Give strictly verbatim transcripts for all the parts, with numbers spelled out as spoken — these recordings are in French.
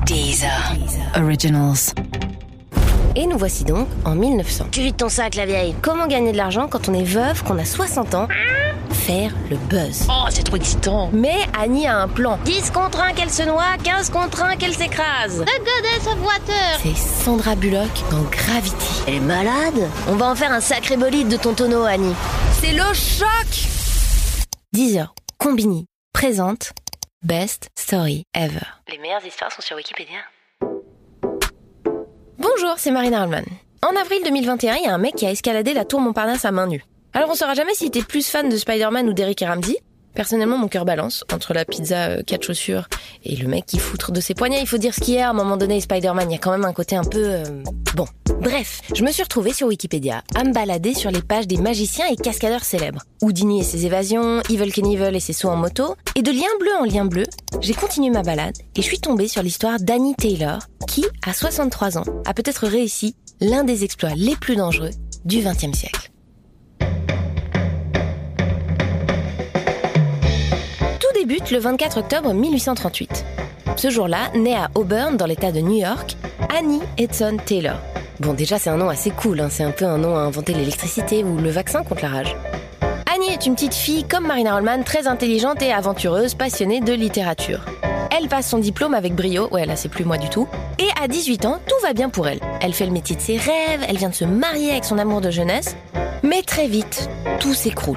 Deezer Originals. Et nous voici donc en mille neuf cents. Tu vides ton sac, la vieille. Comment gagner de l'argent quand on est veuve, qu'on a soixante ans? Faire le buzz. Oh, c'est trop excitant. Mais Annie a un plan. dix contre un qu'elle se noie, quinze contre un qu'elle s'écrase. Regardez sa voiture. C'est Sandra Bullock dans Gravity. Elle est malade. On va en faire un sacré bolide de ton tonneau, Annie. C'est le choc. Deezer Combini présente Best Story Ever. Les meilleures histoires sont sur Wikipédia. Bonjour, c'est Marina Rollman. En avril deux mille vingt et un, il y a un mec qui a escaladé la tour Montparnasse à main nue. Alors on saura jamais s'il était plus fan de Spider-Man ou d'Eric et Ramsey. Personnellement, mon cœur balance entre la pizza euh, quatre chaussures et le mec qui foutre de ses poignets. Il faut dire ce qu'il y a à un moment donné, Spider-Man, il y a quand même un côté un peu... Euh... Bon, bref, je me suis retrouvée sur Wikipédia à me balader sur les pages des magiciens et cascadeurs célèbres. Houdini et ses évasions, Evel Knievel et ses sauts en moto. Et de lien bleu en lien bleu, j'ai continué ma balade et je suis tombée sur l'histoire d'Annie Taylor qui, à soixante-trois ans, a peut-être réussi l'un des exploits les plus dangereux du vingtième siècle. Débute le vingt-quatre octobre mille huit cent trente-huit. Ce jour-là, née à Auburn, dans l'état de New York, Annie Edson Taylor. Bon, déjà, c'est un nom assez cool, hein. C'est un peu un nom à inventer l'électricité ou le vaccin contre la rage. Annie est une petite fille comme Marina Rollman, très intelligente et aventureuse, passionnée de littérature. Elle passe son diplôme avec brio, ouais là c'est plus moi du tout, et à dix-huit ans, tout va bien pour elle. Elle fait le métier de ses rêves, elle vient de se marier avec son amour de jeunesse, mais très vite, tout s'écroule.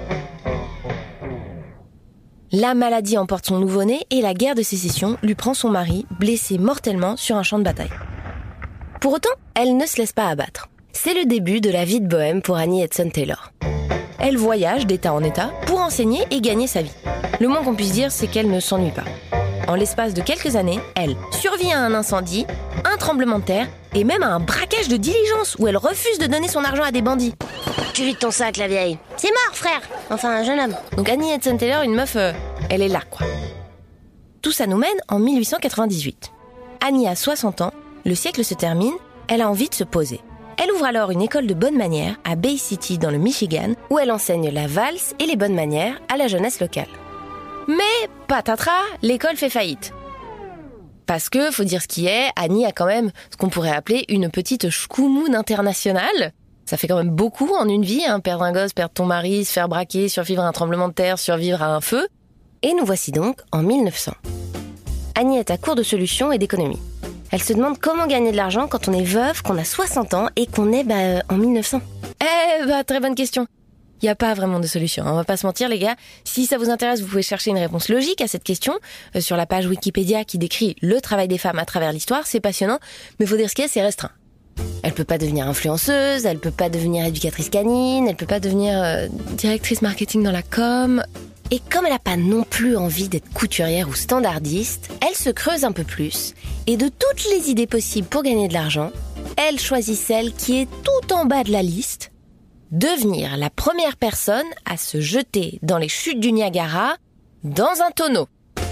La maladie emporte son nouveau-né et la guerre de sécession lui prend son mari, blessé mortellement sur un champ de bataille. Pour autant, elle ne se laisse pas abattre. C'est le début de la vie de bohème pour Annie Edson Taylor. Elle voyage d'état en état pour enseigner et gagner sa vie. Le moins qu'on puisse dire, c'est qu'elle ne s'ennuie pas. En l'espace de quelques années, elle survit à un incendie, un tremblement de terre et même à un braquage de diligence où elle refuse de donner son argent à des bandits. Tu vides ton sac, la vieille. C'est mort, frère. Enfin, un jeune homme. Donc Annie Edson Taylor, une meuf, euh, elle est là, quoi. Tout ça nous mène en mille huit cent quatre-vingt-dix-huit. Annie a soixante ans, le siècle se termine, elle a envie de se poser. Elle ouvre alors une école de bonnes manières à Bay City, dans le Michigan, où elle enseigne la valse et les bonnes manières à la jeunesse locale. Mais, patatras, l'école fait faillite. Parce que, faut dire ce qui est, Annie a quand même ce qu'on pourrait appeler une petite schkoumoune internationale. Ça fait quand même beaucoup en une vie, hein, perdre un gosse, perdre ton mari, se faire braquer, survivre à un tremblement de terre, survivre à un feu. Et nous voici donc en mille neuf cents. Annie est à court de solutions et d'économies. Elle se demande comment gagner de l'argent quand on est veuve, qu'on a soixante ans et qu'on est bah, en mille neuf cents. Eh bah, très bonne question. Il n'y a pas vraiment de solution, hein, on va pas se mentir les gars. Si ça vous intéresse, vous pouvez chercher une réponse logique à cette question euh, sur la page Wikipédia qui décrit le travail des femmes à travers l'histoire, c'est passionnant, mais faut dire ce qu'il y a, c'est restreint. Elle peut pas devenir influenceuse, elle peut pas devenir éducatrice canine, elle peut pas devenir euh, directrice marketing dans la com. Et comme elle a pas non plus envie d'être couturière ou standardiste, elle se creuse un peu plus. Et de toutes les idées possibles pour gagner de l'argent, elle choisit celle qui est tout en bas de la liste. Devenir la première personne à se jeter dans les chutes du Niagara dans un tonneau.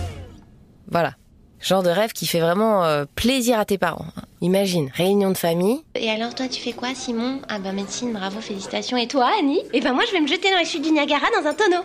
Voilà. Genre de rêve qui fait vraiment euh, plaisir à tes parents. Imagine, réunion de famille. Et alors toi tu fais quoi Simon? Ah bah médecine, bravo, félicitations. Et toi Annie? Eh ben moi je vais me jeter dans les chutes du Niagara dans un tonneau.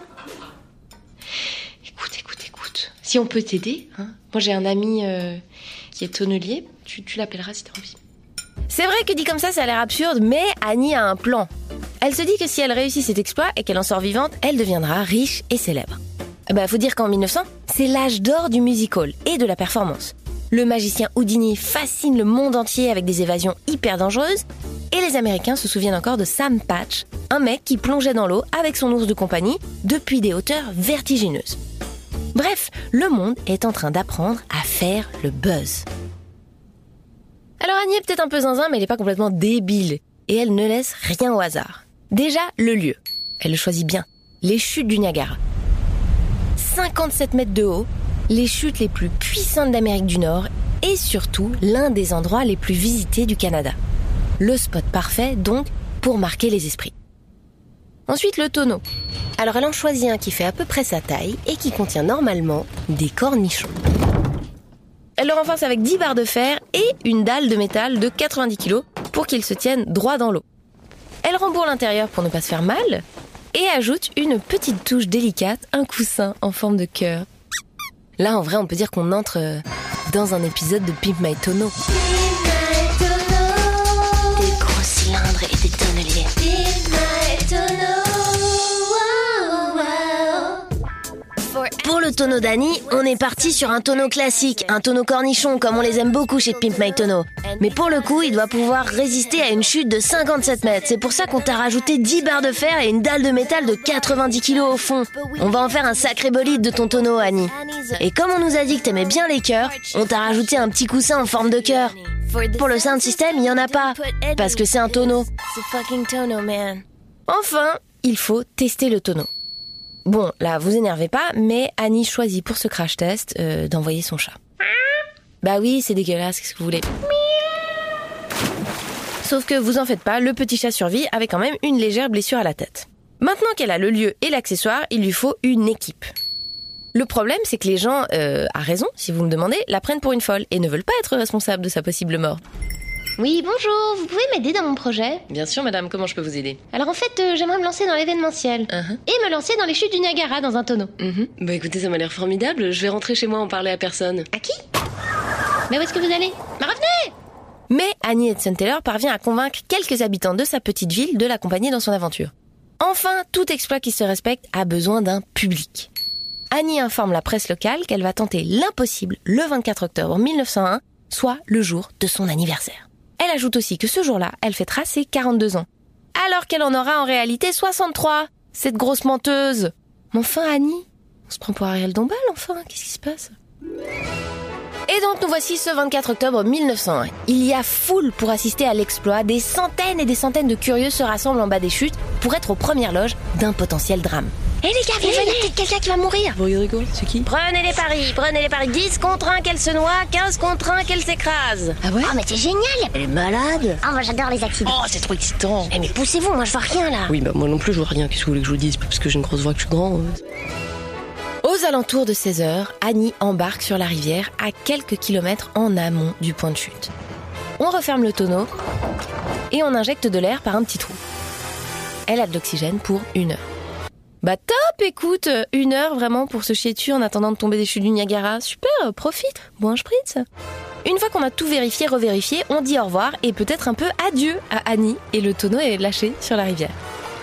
Écoute, écoute, écoute. Si on peut t'aider, hein. Moi j'ai un ami euh, qui est tonnelier, tu, tu l'appelleras si t'as envie. C'est vrai que dit comme ça, ça a l'air absurde, mais Annie a un plan. Elle se dit que si elle réussit cet exploit et qu'elle en sort vivante, elle deviendra riche et célèbre. Bah, faut dire qu'en mille neuf cents, c'est l'âge d'or du musical et de la performance. Le magicien Houdini fascine le monde entier avec des évasions hyper dangereuses et les Américains se souviennent encore de Sam Patch, un mec qui plongeait dans l'eau avec son ours de compagnie depuis des hauteurs vertigineuses. Bref, le monde est en train d'apprendre à faire le buzz. Alors Annie est peut-être un peu zinzin, mais elle n'est pas complètement débile et elle ne laisse rien au hasard. Déjà, le lieu. Elle le choisit bien. Les chutes du Niagara. cinquante-sept mètres de haut, les chutes les plus puissantes d'Amérique du Nord et surtout l'un des endroits les plus visités du Canada. Le spot parfait donc pour marquer les esprits. Ensuite le tonneau. Alors elle en choisit un qui fait à peu près sa taille et qui contient normalement des cornichons. Elle le renforce avec dix barres de fer et une dalle de métal de quatre-vingt-dix kilos pour qu'il se tienne droit dans l'eau. Elle rembourre l'intérieur pour ne pas se faire mal et ajoute une petite touche délicate, un coussin en forme de cœur. Là, en vrai, on peut dire qu'on entre dans un épisode de Pimp My Tonneau. Des gros cylindres et des tonneliers. Pour le tonneau d'Annie, on est parti sur un tonneau classique, un tonneau cornichon comme on les aime beaucoup chez Pimp My Tonneau. Mais pour le coup, il doit pouvoir résister à une chute de cinquante-sept mètres. C'est pour ça qu'on t'a rajouté dix barres de fer et une dalle de métal de quatre-vingt-dix kilos au fond. On va en faire un sacré bolide de ton tonneau, Annie. Et comme on nous a dit que t'aimais bien les cœurs, on t'a rajouté un petit coussin en forme de cœur. Pour le sound system, il y en a pas, parce que c'est un tonneau. Enfin, il faut tester le tonneau. Bon, là, vous énervez pas, mais Annie choisit pour ce crash test euh, d'envoyer son chat. Bah oui, c'est dégueulasse, qu'est-ce que vous voulez ? Sauf que vous en faites pas, le petit chat survit avec quand même une légère blessure à la tête. Maintenant qu'elle a le lieu et l'accessoire, il lui faut une équipe. Le problème, c'est que les gens, euh, à raison, si vous me demandez, la prennent pour une folle et ne veulent pas être responsables de sa possible mort. Oui, bonjour, vous pouvez m'aider dans mon projet ? Bien sûr, madame, comment je peux vous aider ? Alors en fait, euh, j'aimerais me lancer dans l'événementiel. Uh-huh. Et me lancer dans les chutes du Niagara dans un tonneau. Mm-hmm. Bah écoutez, ça m'a l'air formidable, je vais rentrer chez moi en parler à personne. À qui ? Mais où est-ce que vous allez ? Mais revenez ! Mais Annie Edson Taylor parvient à convaincre quelques habitants de sa petite ville de l'accompagner dans son aventure. Enfin, tout exploit qui se respecte a besoin d'un public. Annie informe la presse locale qu'elle va tenter l'impossible le vingt-quatre octobre mille neuf cent un, soit le jour de son anniversaire. Elle ajoute aussi que ce jour-là, elle fêtera ses quarante-deux ans. Alors qu'elle en aura en réalité soixante-trois, cette grosse menteuse. Mais enfin, Annie, on se prend pour Ariel Dombal, enfin, qu'est-ce qui se passe ? Et donc nous voici ce vingt-quatre octobre mille neuf cent un. Il y a foule pour assister à l'exploit. Des centaines et des centaines de curieux se rassemblent en bas des chutes pour être aux premières loges d'un potentiel drame. Hé hey les gars, viens, il y a peut-être quelqu'un qui va mourir. Vous regardez quoi ? C'est qui ? Prenez les paris, prenez les paris. dix contre un qu'elle se noie, quinze contre un qu'elle s'écrase. Ah ouais ? Oh mais c'est génial. Elle est malade. Ah moi j'adore les accidents. Oh, c'est trop excitant. Eh mais poussez-vous, moi je vois rien là. Oui, bah moi non plus je vois rien. Qu'est-ce que vous voulez que je vous dise ? Parce que j'ai une grosse voix que je suis grand. Aux alentours de seize heures, Annie embarque sur la rivière à quelques kilomètres en amont du point de chute. On referme le tonneau et on injecte de l'air par un petit trou. Elle a de l'oxygène pour une heure. Bah top, écoute, une heure vraiment pour se chier dessus en attendant de tomber des chutes du Niagara. Super, profite, bois un spritz. Une fois qu'on a tout vérifié, revérifié, on dit au revoir et peut-être un peu adieu à Annie et le tonneau est lâché sur la rivière.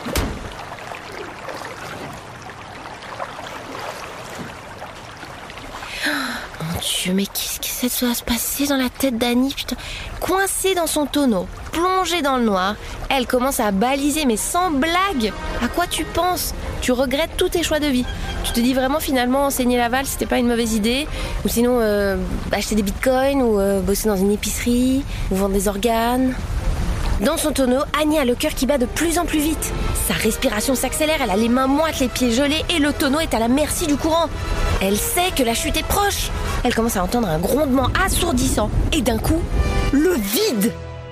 Mon Dieu, mais qu'est-ce que ça doit se passer dans la tête d'Annie, putain. Coincée dans son tonneau, plongée dans le noir, elle commence à baliser, mais sans blague. À quoi tu penses ? Tu regrettes tous tes choix de vie. Tu te dis vraiment finalement enseigner la valse, c'était pas une mauvaise idée. Ou sinon euh, acheter des bitcoins, ou euh, bosser dans une épicerie, ou vendre des organes. Dans son tonneau, Annie a le cœur qui bat de plus en plus vite. Sa respiration s'accélère, elle a les mains moites, les pieds gelés et le tonneau est à la merci du courant. Elle sait que la chute est proche. Elle commence à entendre un grondement assourdissant et d'un coup, le vide.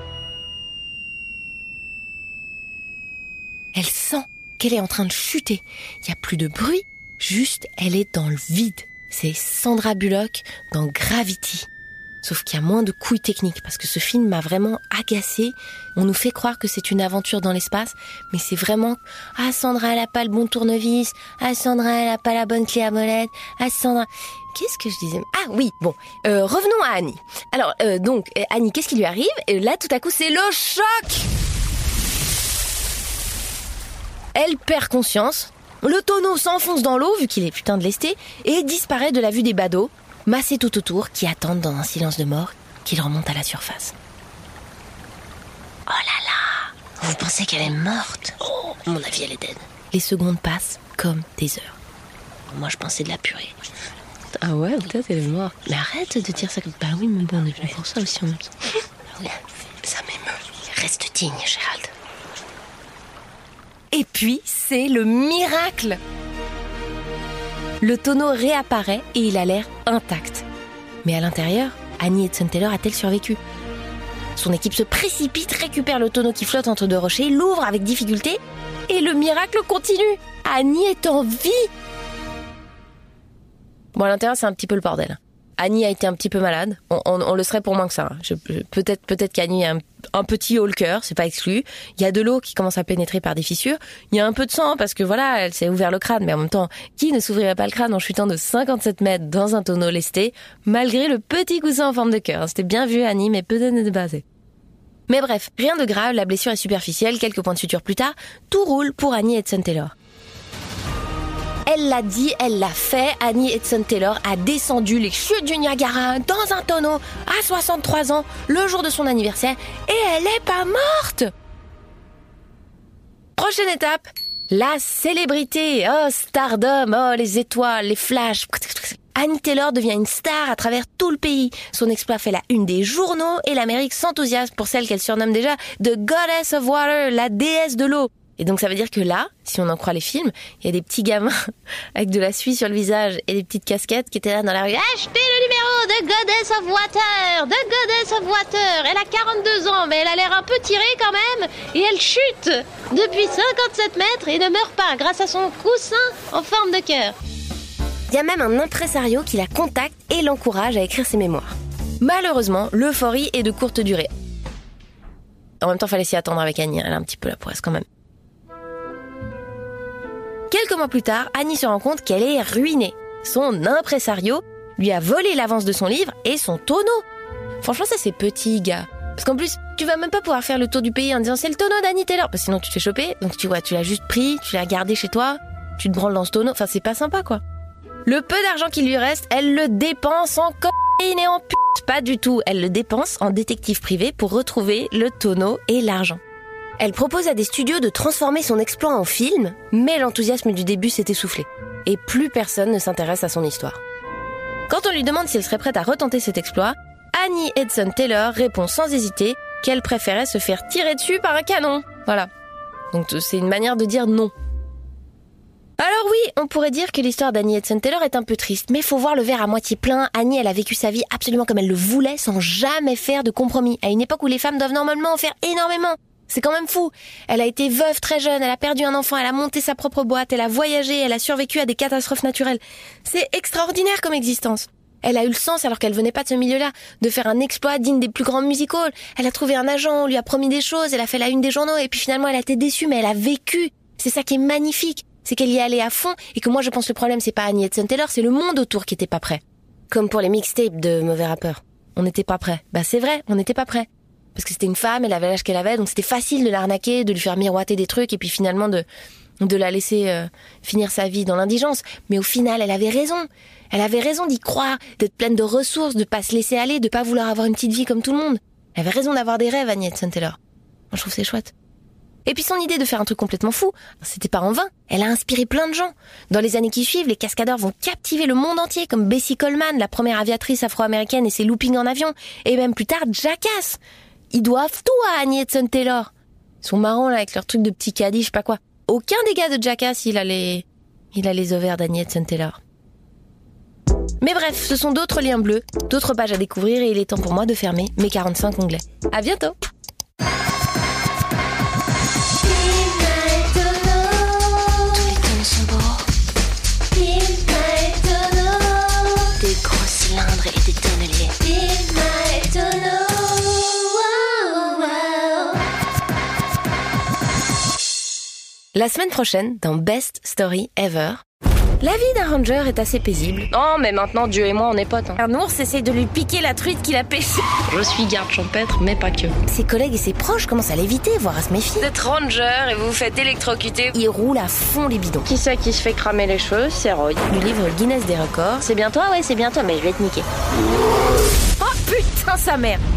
Elle sent qu'elle est en train de chuter. Il n'y a plus de bruit, juste elle est dans le vide. C'est Sandra Bullock dans Gravity. Sauf qu'il y a moins de couilles techniques, parce que ce film m'a vraiment agacée. On nous fait croire que c'est une aventure dans l'espace, mais c'est vraiment « Ah, Sandra, elle a pas le bon tournevis. Ah, Sandra, elle a pas la bonne clé à molette. Ah, Sandra... » Qu'est-ce que je disais ? Ah oui, bon. Euh, revenons à Annie. Alors, euh, donc, Annie, qu'est-ce qui lui arrive ? Et là, tout à coup, c'est le choc ! Elle perd conscience. Le tonneau s'enfonce dans l'eau, vu qu'il est putain de lesté, et disparaît de la vue des badauds, massés tout autour, qui attendent dans un silence de mort qu'il remonte à la surface. Oh là là. Vous pensez qu'elle est morte ? Oh, à mon avis, elle est dead. Les secondes passent comme des heures. Moi, je pensais de la purée. Ah ouais, peut-être elle est morte. Mais arrête de dire ça comme... Bah oui, mais bon, on est venu pour ça aussi en même temps. Oui, ça m'émeut. Reste digne, Gérald. Et puis, c'est le miracle. Le tonneau réapparaît et il a l'air intact. Mais à l'intérieur, Annie Edson Taylor a-t-elle survécu ? Son équipe se précipite, récupère le tonneau qui flotte entre deux rochers, l'ouvre avec difficulté et le miracle continue. Annie est en vie. Bon, à l'intérieur, c'est un petit peu le bordel. Annie a été un petit peu malade. On, on, on le serait pour moins que ça. Je, peut-être, peut-être qu'Annie a un, un petit haut le cœur, c'est pas exclu. Il y a de l'eau qui commence à pénétrer par des fissures. Il y a un peu de sang parce que voilà, elle s'est ouvert le crâne. Mais en même temps, qui ne s'ouvrirait pas le crâne en chutant de cinquante-sept mètres dans un tonneau lesté, malgré le petit coussin en forme de cœur. C'était bien vu, Annie, mais peut-être n'était pas assez. Mais bref, rien de grave, la blessure est superficielle, quelques points de suture plus tard, tout roule pour Annie Edson-Taylor. Elle l'a dit, elle l'a fait, Annie Edson-Taylor a descendu les chutes du Niagara dans un tonneau à soixante-trois ans, le jour de son anniversaire, et elle est pas morte. Prochaine étape, la célébrité, oh stardom, oh les étoiles, les flashs. Annie Taylor devient une star à travers tout le pays. Son exploit fait la une des journaux et l'Amérique s'enthousiasme pour celle qu'elle surnomme déjà The Goddess of Water, la déesse de l'eau. Et donc ça veut dire que là, si on en croit les films, il y a des petits gamins avec de la suie sur le visage et des petites casquettes qui étaient là dans la rue. Achetez le numéro de Goddess of Water, The Goddess of Water. Elle a quarante-deux ans, mais elle a l'air un peu tirée quand même. Et elle chute depuis cinquante-sept mètres et ne meurt pas grâce à son coussin en forme de cœur. Il y a même un impresario qui la contacte et l'encourage à écrire ses mémoires. Malheureusement, l'euphorie est de courte durée. En même temps, il fallait s'y attendre avec Annie, elle a un petit peu la poisse quand même. Quelques mois plus tard, Annie se rend compte qu'elle est ruinée. Son impresario lui a volé l'avance de son livre et son tonneau. Franchement, ça c'est petit, gars. Parce qu'en plus, tu vas même pas pouvoir faire le tour du pays en disant c'est le tonneau d'Annie Taylor. Parce que sinon tu te fais choper. Donc tu vois, tu l'as juste pris, tu l'as gardé chez toi, tu te branles dans ce tonneau. Enfin, c'est pas sympa, quoi. Le peu d'argent qui lui reste, elle le dépense en cocaïne et en pute. Pas du tout. Elle le dépense en détective privé pour retrouver le tonneau et l'argent. Elle propose à des studios de transformer son exploit en film, mais l'enthousiasme du début s'est essoufflé. Et plus personne ne s'intéresse à son histoire. Quand on lui demande si elle serait prête à retenter cet exploit, Annie Edson-Taylor répond sans hésiter qu'elle préférait se faire tirer dessus par un canon. Voilà. Donc c'est une manière de dire non. Alors oui, on pourrait dire que l'histoire d'Annie Edson-Taylor est un peu triste, mais faut voir le verre à moitié plein. Annie, elle a vécu sa vie absolument comme elle le voulait, sans jamais faire de compromis, à une époque où les femmes doivent normalement en faire énormément. C'est quand même fou. Elle a été veuve très jeune, elle a perdu un enfant, elle a monté sa propre boîte, elle a voyagé, elle a survécu à des catastrophes naturelles. C'est extraordinaire comme existence. Elle a eu le sens, alors qu'elle venait pas de ce milieu-là, de faire un exploit digne des plus grands music-halls. Elle a trouvé un agent, on lui a promis des choses, elle a fait la une des journaux, et puis finalement elle a été déçue, mais elle a vécu. C'est ça qui est magnifique. C'est qu'elle y est allée à fond, et que moi je pense le problème c'est pas Annie Edson-Taylor, c'est le monde autour qui était pas prêt. Comme pour les mixtapes de Mauvais Rappeurs. On n'était pas prêt. Bah c'est vrai, on n'était pas prêt. Parce que c'était une femme, elle avait l'âge qu'elle avait, donc c'était facile de l'arnaquer, de lui faire miroiter des trucs, et puis finalement de, de la laisser euh, finir sa vie dans l'indigence. Mais au final, elle avait raison. Elle avait raison d'y croire, d'être pleine de ressources, de pas se laisser aller, de pas vouloir avoir une petite vie comme tout le monde. Elle avait raison d'avoir des rêves, Annie Edson-Taylor. Moi, je trouve c'est chouette. Et puis son idée de faire un truc complètement fou, c'était pas en vain. Elle a inspiré plein de gens. Dans les années qui suivent, les cascadeurs vont captiver le monde entier, comme Bessie Coleman, la première aviatrice afro-américaine et ses loopings en avion. Et même plus tard, Jackass. Ils doivent tout à Annie Edson-Taylor. Ils sont marrants, là, avec leur truc de petit caddie, je sais pas quoi. Aucun des gars de Jackass, il a les, il a les ovaires d'Annie Edson-Taylor. Mais bref, ce sont d'autres liens bleus, d'autres pages à découvrir, et il est temps pour moi de fermer mes quarante-cinq onglets. À bientôt! Des gros cylindres et des tonneliers. La semaine prochaine, dans Best Story Ever, la vie d'un ranger est assez paisible. Oh, mais maintenant, Dieu et moi, on est potes. Hein. Un ours essaye de lui piquer la truite qu'il a pêchée. Je suis garde champêtre, mais pas que. Ses collègues et ses proches commencent à l'éviter, voire à se méfier. Vous êtes ranger et vous vous faites électrocuter. Il roule à fond les bidons. Qui c'est qui se fait cramer les cheveux? C'est Roy. Du livre Guinness des records. C'est bien toi? Ouais, c'est bien toi, mais je vais te niquer. Oh putain, sa mère!